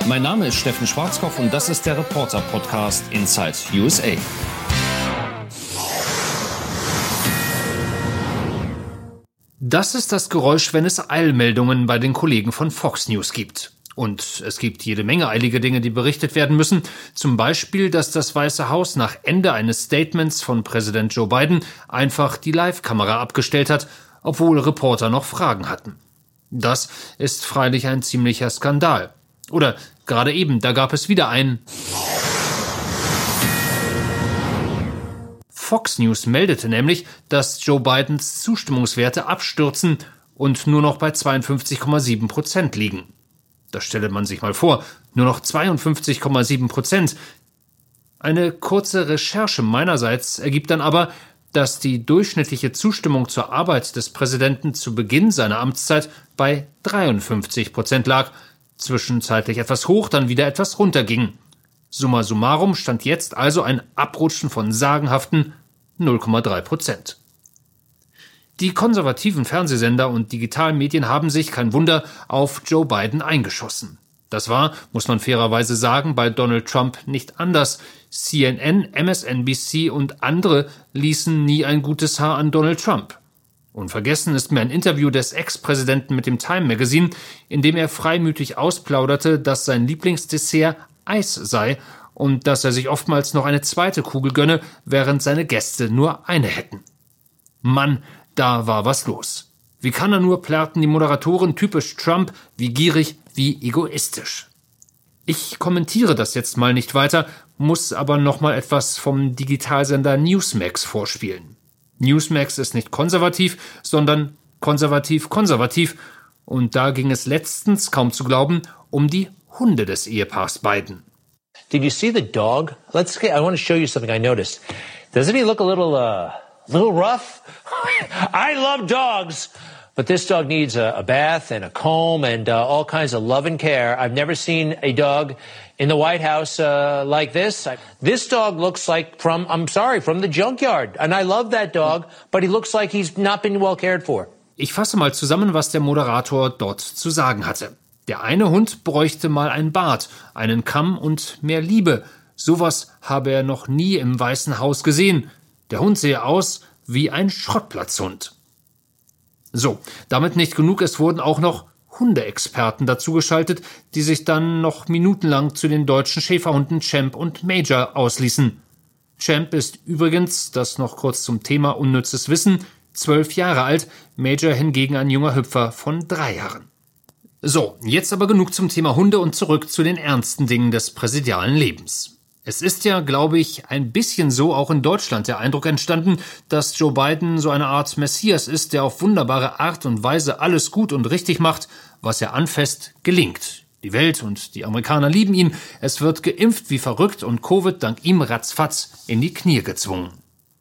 Mein Name ist Steffen Schwarzkopf und das ist der Reporter-Podcast Inside USA. Das ist das Geräusch, wenn es Eilmeldungen bei den Kollegen von Fox News gibt. Und es gibt jede Menge eilige Dinge, die berichtet werden müssen. Zum Beispiel, dass das Weiße Haus nach Ende eines Statements von Präsident Joe Biden einfach die Live-Kamera abgestellt hat, obwohl Reporter noch Fragen hatten. Das ist freilich ein ziemlicher Skandal. Oder gerade eben, da gab es wieder einen. Fox News meldete nämlich, dass Joe Bidens Zustimmungswerte abstürzen und nur noch bei 52,7% liegen. Das stelle man sich mal vor, nur noch 52,7%. Eine kurze Recherche meinerseits ergibt dann aber, dass die durchschnittliche Zustimmung zur Arbeit des Präsidenten zu Beginn seiner Amtszeit bei 53% lag, zwischenzeitlich etwas hoch, dann wieder etwas runterging. Summa summarum stand jetzt also ein Abrutschen von sagenhaften 0,3%. Die konservativen Fernsehsender und Digitalmedien haben sich, kein Wunder, auf Joe Biden eingeschossen. Das war, muss man fairerweise sagen, bei Donald Trump nicht anders. CNN, MSNBC und andere ließen nie ein gutes Haar an Donald Trump. Unvergessen ist mir ein Interview des Ex-Präsidenten mit dem Time Magazine, in dem er freimütig ausplauderte, dass sein Lieblingsdessert Eis sei und dass er sich oftmals noch eine zweite Kugel gönne, während seine Gäste nur eine hätten. Mann, da war was los. Wie kann er nur, plärrten die Moderatoren, typisch Trump, wie gierig, wie egoistisch. Ich kommentiere das jetzt mal nicht weiter, muss aber noch mal etwas vom Digitalsender Newsmax vorspielen. Newsmax ist nicht konservativ, sondern konservativ. Und da ging es letztens, kaum zu glauben, um die Hunde des Ehepaars Biden. Did you see the dog? I want to show you something I noticed. Doesn't he look a little rough? I love dogs, but this dog needs a bath and a comb and all kinds of love and care. I've never seen a dog in the White House like this. This dog looks like from the junkyard. And I love that dog, but he looks like he's not been well cared for. Ich fasse mal zusammen, was der Moderator dort zu sagen hatte. Der eine Hund bräuchte mal ein Bad, einen Kamm und mehr Liebe. Sowas habe er noch nie im Weißen Haus gesehen. Der Hund sehe aus wie ein Schrottplatzhund. So, damit nicht genug, es wurden auch noch Hundeexperten dazugeschaltet, die sich dann noch minutenlang zu den deutschen Schäferhunden Champ und Major ausließen. Champ ist übrigens, das noch kurz zum Thema unnützes Wissen, 12 Jahre alt, Major hingegen ein junger Hüpfer von 3 Jahren. So, jetzt aber genug zum Thema Hunde und zurück zu den ernsten Dingen des präsidialen Lebens. Es ist ja, glaube ich, ein bisschen so auch in Deutschland der Eindruck entstanden, dass Joe Biden so eine Art Messias ist, der auf wunderbare Art und Weise alles gut und richtig macht, was er anfasst, gelingt. Die Welt und die Amerikaner lieben ihn, es wird geimpft wie verrückt und Covid dank ihm ratzfatz in die Knie gezwungen.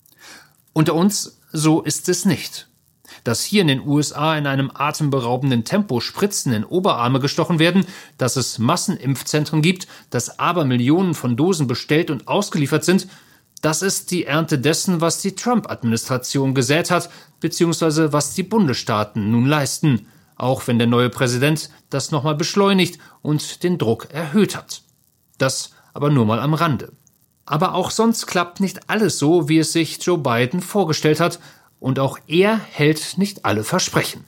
Unter uns, so ist es nicht. Dass hier in den USA in einem atemberaubenden Tempo Spritzen in Oberarme gestochen werden, dass es Massenimpfzentren gibt, dass Abermillionen von Dosen bestellt und ausgeliefert sind, das ist die Ernte dessen, was die Trump-Administration gesät hat, beziehungsweise was die Bundesstaaten nun leisten, auch wenn der neue Präsident das nochmal beschleunigt und den Druck erhöht hat. Das aber nur mal am Rande. Aber auch sonst klappt nicht alles so, wie es sich Joe Biden vorgestellt hat, und auch er hält nicht alle Versprechen.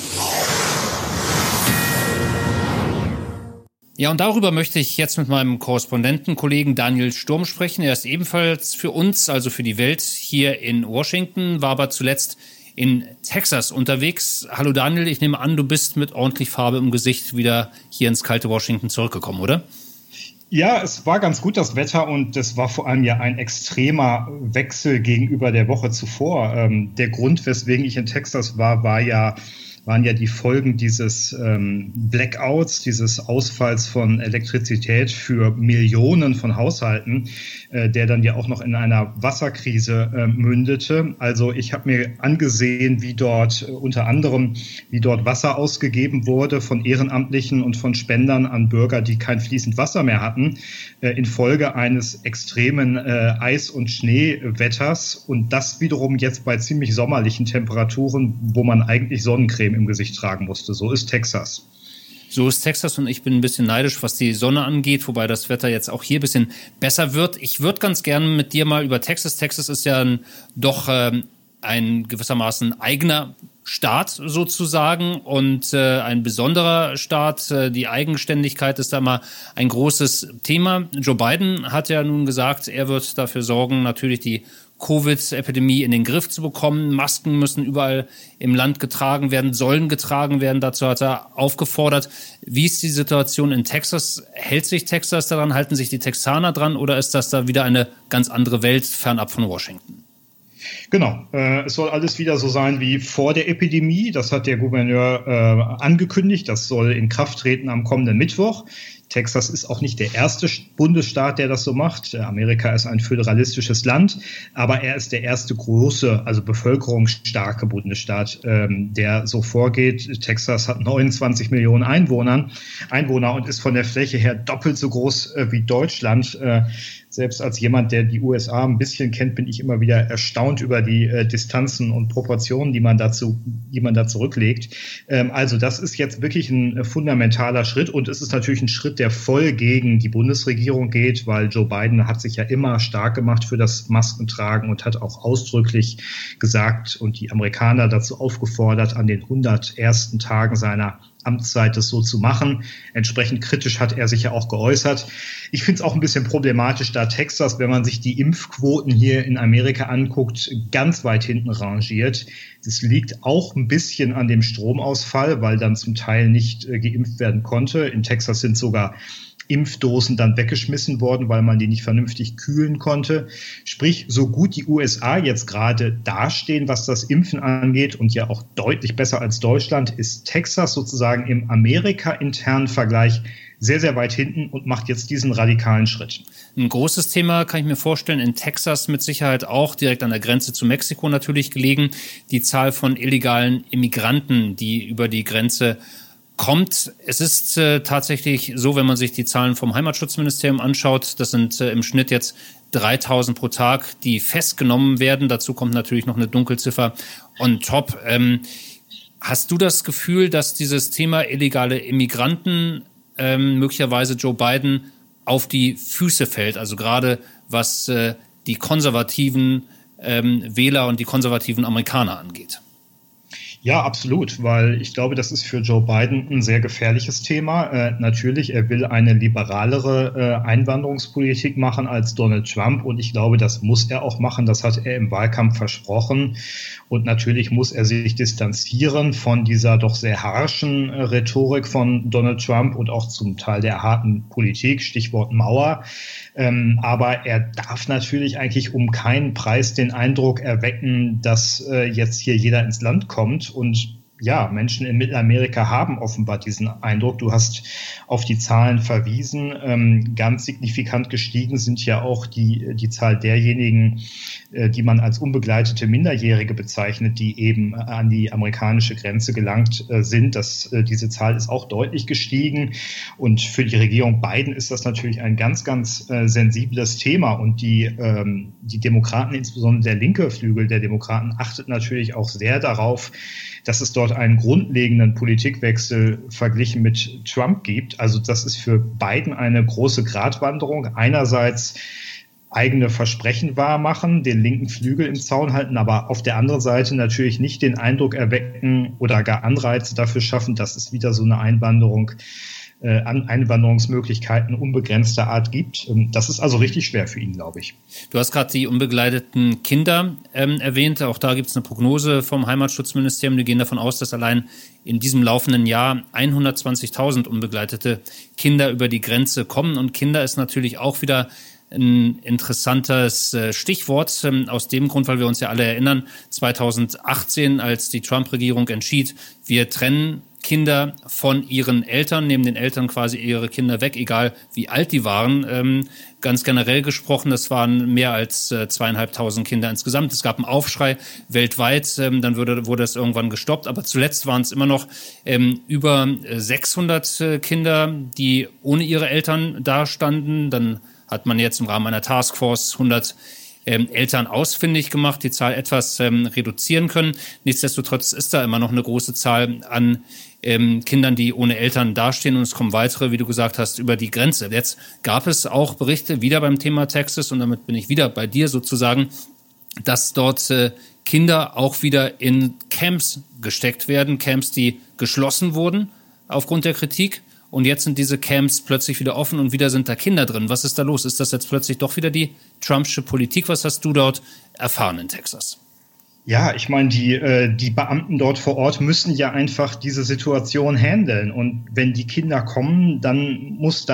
Ja, und darüber möchte ich jetzt mit meinem Korrespondentenkollegen Daniel Sturm sprechen. Er ist ebenfalls für uns, also für die Welt, hier in Washington, war aber zuletzt in Texas unterwegs. Hallo Daniel, ich nehme an, du bist mit ordentlich Farbe im Gesicht wieder hier ins kalte Washington zurückgekommen, oder? Ja, es war ganz gut, das Wetter, und es war vor allem ja ein extremer Wechsel gegenüber der Woche zuvor. Der Grund, weswegen ich in Texas war, waren ja die Folgen dieses Blackouts, dieses Ausfalls von Elektrizität für Millionen von Haushalten, der dann ja auch noch in einer Wasserkrise mündete. Also ich habe mir angesehen, wie dort Wasser ausgegeben wurde von Ehrenamtlichen und von Spendern an Bürger, die kein fließend Wasser mehr hatten, infolge eines extremen Eis- und Schneewetters, und das wiederum jetzt bei ziemlich sommerlichen Temperaturen, wo man eigentlich Sonnencreme im Gesicht tragen musste. So ist Texas. So ist Texas und ich bin ein bisschen neidisch, was die Sonne angeht, wobei das Wetter jetzt auch hier ein bisschen besser wird. Ich würde ganz gerne mit dir mal über Texas. Texas ist ja doch ein gewissermaßen eigener Staat sozusagen und ein besonderer Staat. Die Eigenständigkeit ist da mal ein großes Thema. Joe Biden hat ja nun gesagt, er wird dafür sorgen, natürlich die Covid-Epidemie in den Griff zu bekommen. Masken müssen überall im Land getragen werden, sollen getragen werden. Dazu hat er aufgefordert. Wie ist die Situation in Texas? Hält sich Texas daran? Halten sich die Texaner dran? Oder ist das da wieder eine ganz andere Welt, fernab von Washington? Genau, es soll alles wieder so sein wie vor der Epidemie. Das hat der Gouverneur angekündigt. Das soll in Kraft treten am kommenden Mittwoch. Texas ist auch nicht der erste Bundesstaat, der das so macht. Amerika ist ein föderalistisches Land, aber er ist der erste große, also bevölkerungsstarke Bundesstaat, der so vorgeht. Texas hat 29 Millionen Einwohner und ist von der Fläche her doppelt so groß wie Deutschland. Selbst als jemand, der die USA ein bisschen kennt, bin ich immer wieder erstaunt über die Distanzen und Proportionen, die man da zurücklegt. Also das ist jetzt wirklich ein fundamentaler Schritt und es ist natürlich ein Schritt, der voll gegen die Bundesregierung geht, weil Joe Biden hat sich ja immer stark gemacht für das Maskentragen und hat auch ausdrücklich gesagt und die Amerikaner dazu aufgefordert, an den 101. Tagen seiner Amtszeit das so zu machen. Entsprechend kritisch hat er sich ja auch geäußert. Ich finde es auch ein bisschen problematisch, da Texas, wenn man sich die Impfquoten hier in Amerika anguckt, ganz weit hinten rangiert. Das liegt auch ein bisschen an dem Stromausfall, weil dann zum Teil nicht geimpft werden konnte. In Texas sind sogar Impfdosen dann weggeschmissen worden, weil man die nicht vernünftig kühlen konnte. Sprich, so gut die USA jetzt gerade dastehen, was das Impfen angeht und ja auch deutlich besser als Deutschland, ist Texas sozusagen im Amerika-internen Vergleich sehr, sehr weit hinten und macht jetzt diesen radikalen Schritt. Ein großes Thema kann ich mir vorstellen, in Texas mit Sicherheit auch, direkt an der Grenze zu Mexiko natürlich gelegen, die Zahl von illegalen Immigranten, die über die Grenze kommt. Es ist tatsächlich so, wenn man sich die Zahlen vom Heimatschutzministerium anschaut, das sind im Schnitt jetzt 3.000 pro Tag, die festgenommen werden. Dazu kommt natürlich noch eine Dunkelziffer on top. Hast du das Gefühl, dass dieses Thema illegale Immigranten möglicherweise Joe Biden auf die Füße fällt? Also gerade was die konservativen Wähler und die konservativen Amerikaner angeht. Ja, absolut, weil ich glaube, das ist für Joe Biden ein sehr gefährliches Thema. Natürlich, er will eine liberalere Einwanderungspolitik machen als Donald Trump und ich glaube, das muss er auch machen. Das hat er im Wahlkampf versprochen und natürlich muss er sich distanzieren von dieser doch sehr harschen Rhetorik von Donald Trump und auch zum Teil der harten Politik, Stichwort Mauer. Aber er darf natürlich eigentlich um keinen Preis den Eindruck erwecken, dass jetzt hier jeder ins Land kommt. Und ja, Menschen in Mittelamerika haben offenbar diesen Eindruck. Du hast auf die Zahlen verwiesen. Ganz signifikant gestiegen sind ja auch die Zahl derjenigen, die man als unbegleitete Minderjährige bezeichnet, die eben an die amerikanische Grenze gelangt sind. Diese Zahl ist auch deutlich gestiegen. Und für die Regierung Biden ist das natürlich ein ganz, ganz sensibles Thema. Und die Demokraten, insbesondere der linke Flügel der Demokraten, achtet natürlich auch sehr darauf, dass es dort einen grundlegenden Politikwechsel verglichen mit Trump gibt. Also das ist für Biden eine große Gratwanderung. Einerseits eigene Versprechen wahrmachen, den linken Flügel im Zaun halten, aber auf der anderen Seite natürlich nicht den Eindruck erwecken oder gar Anreize dafür schaffen, dass es wieder so eine Einwanderungsmöglichkeiten unbegrenzter Art gibt. Das ist also richtig schwer für ihn, glaube ich. Du hast gerade die unbegleiteten Kinder erwähnt. Auch da gibt es eine Prognose vom Heimatschutzministerium. Die gehen davon aus, dass allein in diesem laufenden Jahr 120.000 unbegleitete Kinder über die Grenze kommen. Und Kinder ist natürlich auch wieder ein interessantes Stichwort aus dem Grund, weil wir uns ja alle erinnern, 2018, als die Trump-Regierung entschied, wir trennen Kinder von ihren Eltern, nehmen den Eltern quasi ihre Kinder weg, egal wie alt die waren. Ganz generell gesprochen, das waren mehr als 2.500 Kinder insgesamt. Es gab einen Aufschrei weltweit, dann wurde das irgendwann gestoppt. Aber zuletzt waren es immer noch über 600 Kinder, die ohne ihre Eltern dastanden. Dann hat man jetzt im Rahmen einer Taskforce 100 Eltern ausfindig gemacht, die Zahl etwas reduzieren können. Nichtsdestotrotz ist da immer noch eine große Zahl an Kindern, die ohne Eltern dastehen, und es kommen weitere, wie du gesagt hast, über die Grenze. Jetzt gab es auch Berichte, wieder beim Thema Texas, und damit bin ich wieder bei dir sozusagen, dass dort Kinder auch wieder in Camps gesteckt werden, Camps, die geschlossen wurden aufgrund der Kritik, und jetzt sind diese Camps plötzlich wieder offen und wieder sind da Kinder drin. Was ist da los? Ist das jetzt plötzlich doch wieder die Trumpsche Politik? Was hast du dort erfahren in Texas? Ja, ich meine, die Beamten dort vor Ort müssen ja einfach diese Situation handeln. Und wenn die Kinder kommen, dann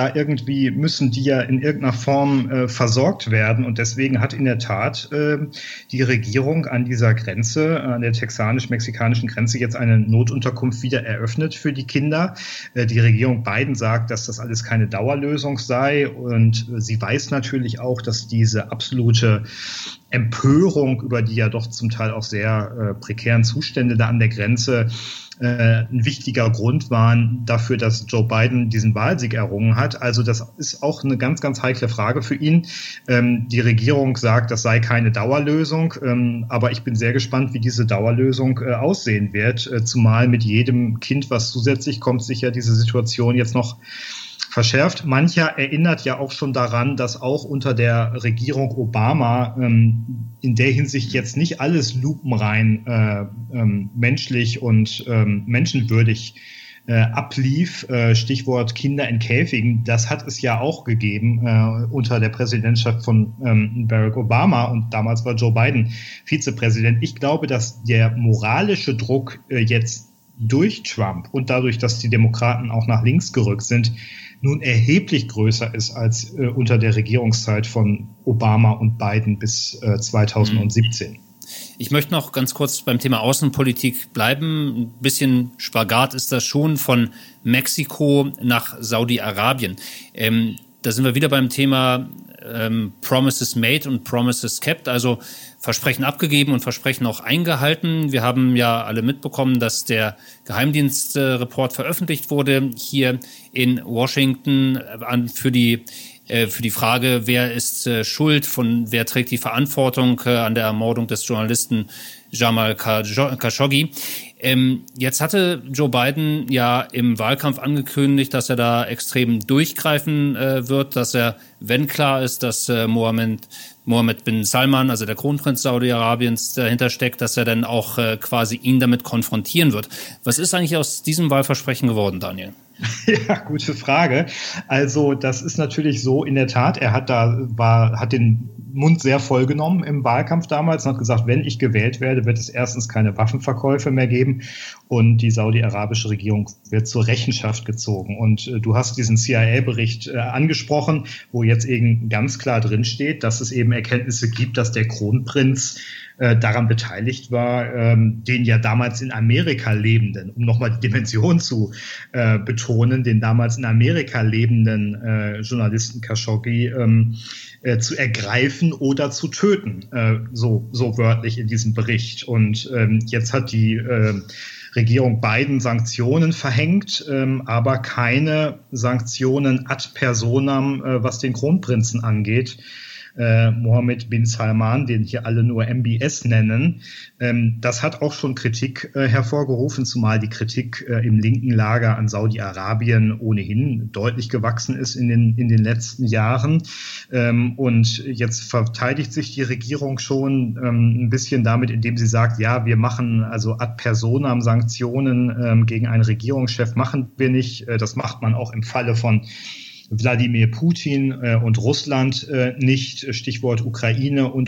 müssen die ja in irgendeiner Form versorgt werden. Und deswegen hat in der Tat die Regierung an dieser Grenze, an der texanisch-mexikanischen Grenze, jetzt eine Notunterkunft wieder eröffnet für die Kinder. Die Regierung Biden sagt, dass das alles keine Dauerlösung sei. Und sie weiß natürlich auch, dass diese absolute Empörung über die ja doch zum Teil auch sehr prekären Zustände da an der Grenze ein wichtiger Grund waren dafür, dass Joe Biden diesen Wahlsieg errungen hat. Also das ist auch eine ganz, ganz heikle Frage für ihn. Die Regierung sagt, das sei keine Dauerlösung, aber ich bin sehr gespannt, wie diese Dauerlösung aussehen wird. Zumal mit jedem Kind, was zusätzlich kommt, sich ja diese Situation jetzt noch verschärft. Mancher erinnert ja auch schon daran, dass auch unter der Regierung Obama in der Hinsicht jetzt nicht alles lupenrein menschlich und menschenwürdig ablief. Stichwort Kinder in Käfigen. Das hat es ja auch gegeben unter der Präsidentschaft von Barack Obama, und damals war Joe Biden Vizepräsident. Ich glaube, dass der moralische Druck jetzt durch Trump und dadurch, dass die Demokraten auch nach links gerückt sind, nun erheblich größer ist als unter der Regierungszeit von Obama und Biden bis 2017. Ich möchte noch ganz kurz beim Thema Außenpolitik bleiben. Ein bisschen Spagat ist das schon von Mexiko nach Saudi-Arabien. Da sind wir wieder beim Thema Promises made und Promises kept, also Versprechen abgegeben und Versprechen auch eingehalten. Wir haben ja alle mitbekommen, dass der Geheimdienstreport veröffentlicht wurde hier in Washington für die Frage, wer ist schuld, wer trägt die Verantwortung an der Ermordung des Journalisten Jamal Khashoggi. Jetzt hatte Joe Biden ja im Wahlkampf angekündigt, dass er da extrem durchgreifen wird, dass er, wenn klar ist, dass Mohammed bin Salman, also der Kronprinz Saudi-Arabiens, dahinter steckt, dass er dann auch quasi ihn damit konfrontieren wird. Was ist eigentlich aus diesem Wahlversprechen geworden, Daniel? Ja, gute Frage. Also das ist natürlich so, in der Tat, er hat den Mund sehr voll genommen im Wahlkampf damals und hat gesagt, wenn ich gewählt werde, wird es erstens keine Waffenverkäufe mehr geben und die saudi-arabische Regierung wird zur Rechenschaft gezogen. Und du hast diesen CIA-Bericht angesprochen, wo jetzt eben ganz klar drin steht, dass es eben Erkenntnisse gibt, dass der Kronprinz daran beteiligt war, den ja damals in Amerika lebenden, um nochmal die Dimension zu betonen, den damals in Amerika lebenden Journalisten Khashoggi zu ergreifen oder zu töten, so wörtlich in diesem Bericht. Und jetzt hat die Regierung Biden Sanktionen verhängt, aber keine Sanktionen ad personam, was den Kronprinzen angeht. Mohammed bin Salman, den hier alle nur MBS nennen. Das hat auch schon Kritik hervorgerufen, zumal die Kritik im linken Lager an Saudi-Arabien ohnehin deutlich gewachsen ist in den letzten Jahren. Und jetzt verteidigt sich die Regierung schon ein bisschen damit, indem sie sagt, ja, wir machen also ad personam Sanktionen gegen einen Regierungschef machen wir nicht. Das macht man auch im Falle von Wladimir Putin und Russland nicht, Stichwort Ukraine und.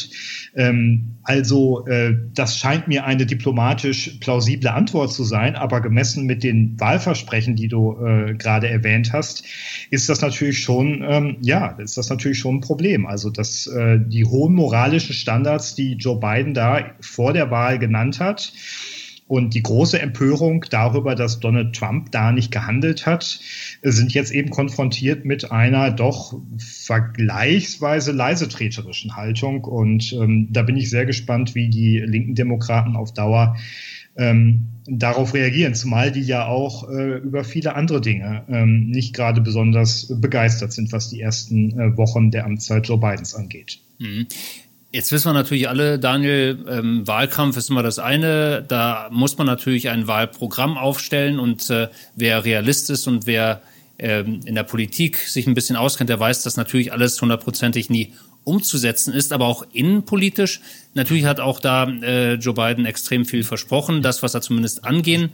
Das scheint mir eine diplomatisch plausible Antwort zu sein, aber gemessen mit den Wahlversprechen, die du gerade erwähnt hast, ist das natürlich schon, ein Problem. Also, dass die hohen moralischen Standards, die Joe Biden da vor der Wahl genannt hat, und die große Empörung darüber, dass Donald Trump da nicht gehandelt hat, sind jetzt eben konfrontiert mit einer doch vergleichsweise leisetreterischen Haltung. Und da bin ich sehr gespannt, wie die linken Demokraten auf Dauer darauf reagieren, zumal die ja auch über viele andere Dinge nicht gerade besonders begeistert sind, was die ersten Wochen der Amtszeit Joe Bidens angeht. Jetzt wissen wir natürlich alle, Daniel, Wahlkampf ist immer das eine. Da muss man natürlich ein Wahlprogramm aufstellen und wer Realist ist und wer in der Politik sich ein bisschen auskennt, der weiß, dass natürlich alles hundertprozentig nie umzusetzen ist, aber auch innenpolitisch. Natürlich hat auch da Joe Biden extrem viel versprochen, das, was er zumindest angehen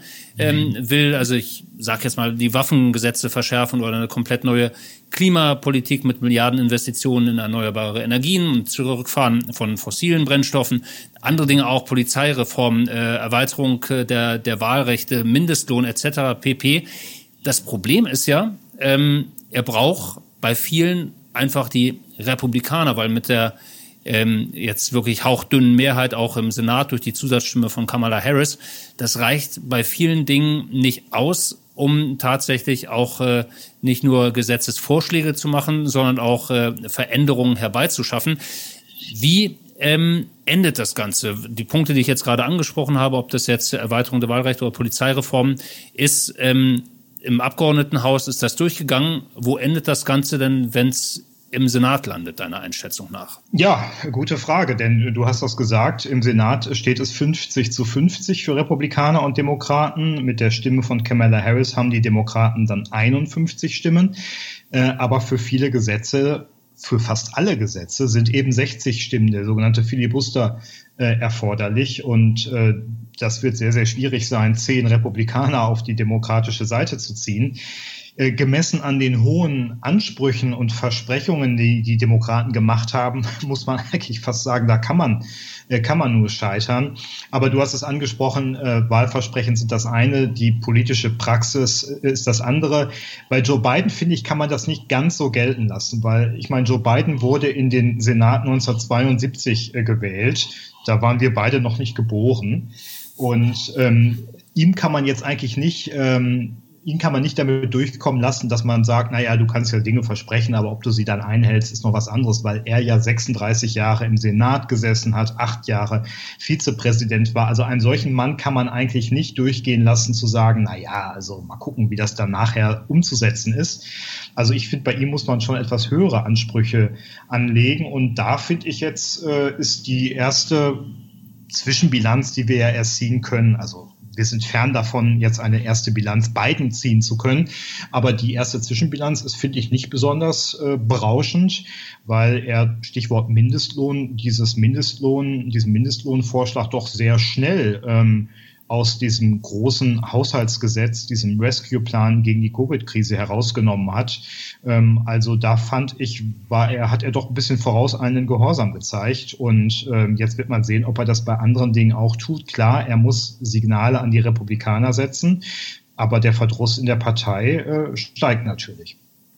will. Also ich sage jetzt mal, die Waffengesetze verschärfen oder eine komplett neue Klimapolitik mit Milliardeninvestitionen in erneuerbare Energien und Zurückfahren von fossilen Brennstoffen. Andere Dinge auch, Polizeireform, Erweiterung der Wahlrechte, Mindestlohn etc. pp. Das Problem ist ja, er braucht bei vielen einfach die Republikaner, weil mit der jetzt wirklich hauchdünnen Mehrheit auch im Senat durch die Zusatzstimme von Kamala Harris, das reicht bei vielen Dingen nicht aus, um tatsächlich auch nicht nur Gesetzesvorschläge zu machen, sondern auch Veränderungen herbeizuschaffen. Wie endet das Ganze? Die Punkte, die ich jetzt gerade angesprochen habe, ob das jetzt Erweiterung der Wahlrechte oder Polizeireform ist, im Abgeordnetenhaus ist das durchgegangen. Wo endet das Ganze denn, wenn es im Senat landet, deiner Einschätzung nach? Ja, gute Frage, denn du hast das gesagt, im Senat steht es 50-50 für Republikaner und Demokraten. Mit der Stimme von Kamala Harris haben die Demokraten dann 51 Stimmen. Aber für viele Gesetze, für fast alle Gesetze, sind eben 60 Stimmen, der sogenannte Filibuster, erforderlich. Und das wird sehr, sehr schwierig sein, 10 Republikaner auf die demokratische Seite zu ziehen. Gemessen an den hohen Ansprüchen und Versprechungen, die die Demokraten gemacht haben, muss man eigentlich fast sagen, da kann man nur scheitern. Aber du hast es angesprochen, Wahlversprechen sind das eine, die politische Praxis ist das andere. Bei Joe Biden, finde ich, kann man das nicht ganz so gelten lassen, weil ich meine, Joe Biden wurde in den Senat 1972 gewählt. Da waren wir beide noch nicht geboren. Und ihm kann man jetzt eigentlich nicht ihn kann man nicht damit durchkommen lassen, dass man sagt, naja, du kannst ja Dinge versprechen, aber ob du sie dann einhältst, ist noch was anderes, weil er ja 36 Jahre im Senat gesessen hat, 8 Jahre Vizepräsident war. Also einen solchen Mann kann man eigentlich nicht durchgehen lassen, zu sagen, naja, also mal gucken, wie das dann nachher umzusetzen ist. Also ich finde, bei ihm muss man schon etwas höhere Ansprüche anlegen. Und da finde ich jetzt, ist die erste Zwischenbilanz, die wir ja erst ziehen können, also wir sind fern davon, jetzt eine erste Bilanz Biden ziehen zu können. Aber die erste Zwischenbilanz ist, finde ich, nicht besonders berauschend, weil er, Stichwort Mindestlohn, diesen Mindestlohnvorschlag doch sehr schnell aus diesem großen Haushaltsgesetz, diesem Rescue-Plan gegen die Covid-Krise herausgenommen hat. Also da fand ich, hat er doch ein bisschen vorauseilenden Gehorsam gezeigt. Und jetzt wird man sehen, ob er das bei anderen Dingen auch tut. Klar, er muss Signale an die Republikaner setzen, aber der Verdruss in der Partei steigt natürlich.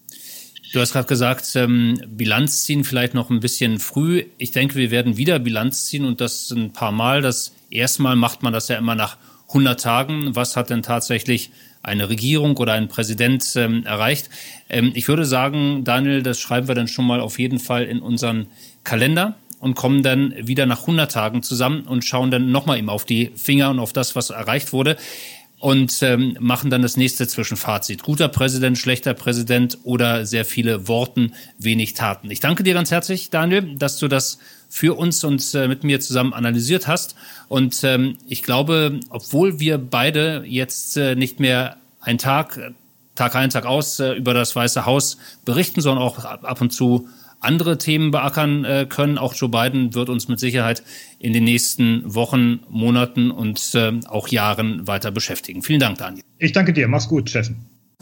Du hast gerade gesagt, Bilanz ziehen vielleicht noch ein bisschen früh. Ich denke, wir werden wieder Bilanz ziehen und das ein paar Mal. Das erste Mal macht man das ja immer nach 100 Tagen. Was hat denn tatsächlich eine Regierung oder ein Präsident erreicht? Ich würde sagen, Daniel, das schreiben wir dann schon mal auf jeden Fall in unseren Kalender und kommen dann wieder nach 100 Tagen zusammen und schauen dann nochmal ihm auf die Finger und auf das, was erreicht wurde. Und machen dann das nächste Zwischenfazit. Guter Präsident, schlechter Präsident oder sehr viele Worten, wenig Taten. Ich danke dir ganz herzlich, Daniel, dass du das für uns und mit mir zusammen analysiert hast. Und ich glaube, obwohl wir beide jetzt nicht mehr einen Tag ein, Tag aus über das Weiße Haus berichten, sondern auch ab und zu andere Themen beackern können. Auch Joe Biden wird uns mit Sicherheit in den nächsten Wochen, Monaten und auch Jahren weiter beschäftigen. Vielen Dank, Daniel. Ich danke dir. Mach's gut, Steffen.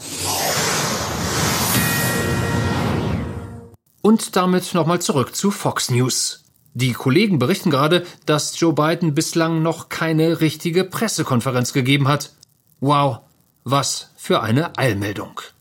Und damit nochmal zurück zu Fox News. Die Kollegen berichten gerade, dass Joe Biden bislang noch keine richtige Pressekonferenz gegeben hat. Wow, was für eine Eilmeldung.